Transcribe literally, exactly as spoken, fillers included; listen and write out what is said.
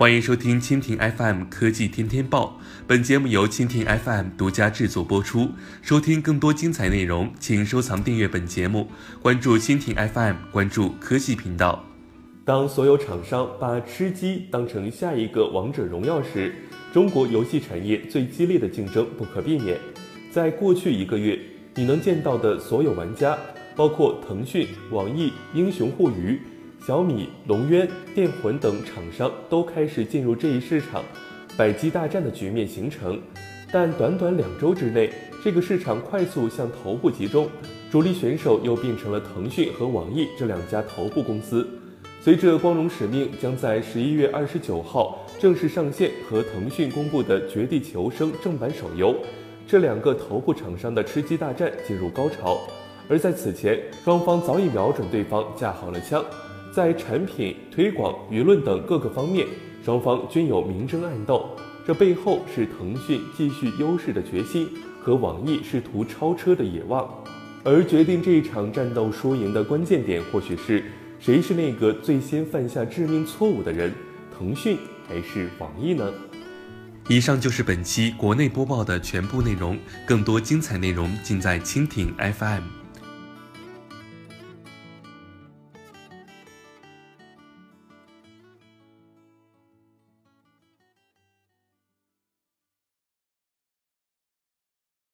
欢迎收听蜻蜓 F M 科技天天报，本节目由蜻蜓 F M 独家制作播出。收听更多精彩内容，请收藏订阅本节目，关注蜻蜓 F M， 关注科技频道。当所有厂商把吃鸡当成下一个王者荣耀时，中国游戏产业最激烈的竞争不可避免。在过去一个月，你能见到的所有玩家，包括腾讯、网易、英雄互娱、小米、龙渊、电魂等厂商都开始进入这一市场，百机大战的局面形成。但短短两周之内，这个市场快速向头部集中，主力选手又变成了腾讯和网易这两家头部公司。随着《光荣使命》将在十一月二十九号正式上线和腾讯公布的《绝地求生》正版手游，这两个头部厂商的吃鸡大战进入高潮。而在此前，双方早已瞄准对方架好了枪，在产品、推广、舆论等各个方面，双方均有明争暗斗。这背后是腾讯继续优势的决心和网易试图超车的野望。而决定这一场战斗输赢的关键点，或许是谁是那个最先犯下致命错误的人，腾讯还是网易呢？以上就是本期国内播报的全部内容，更多精彩内容尽在蜻蜓 F M。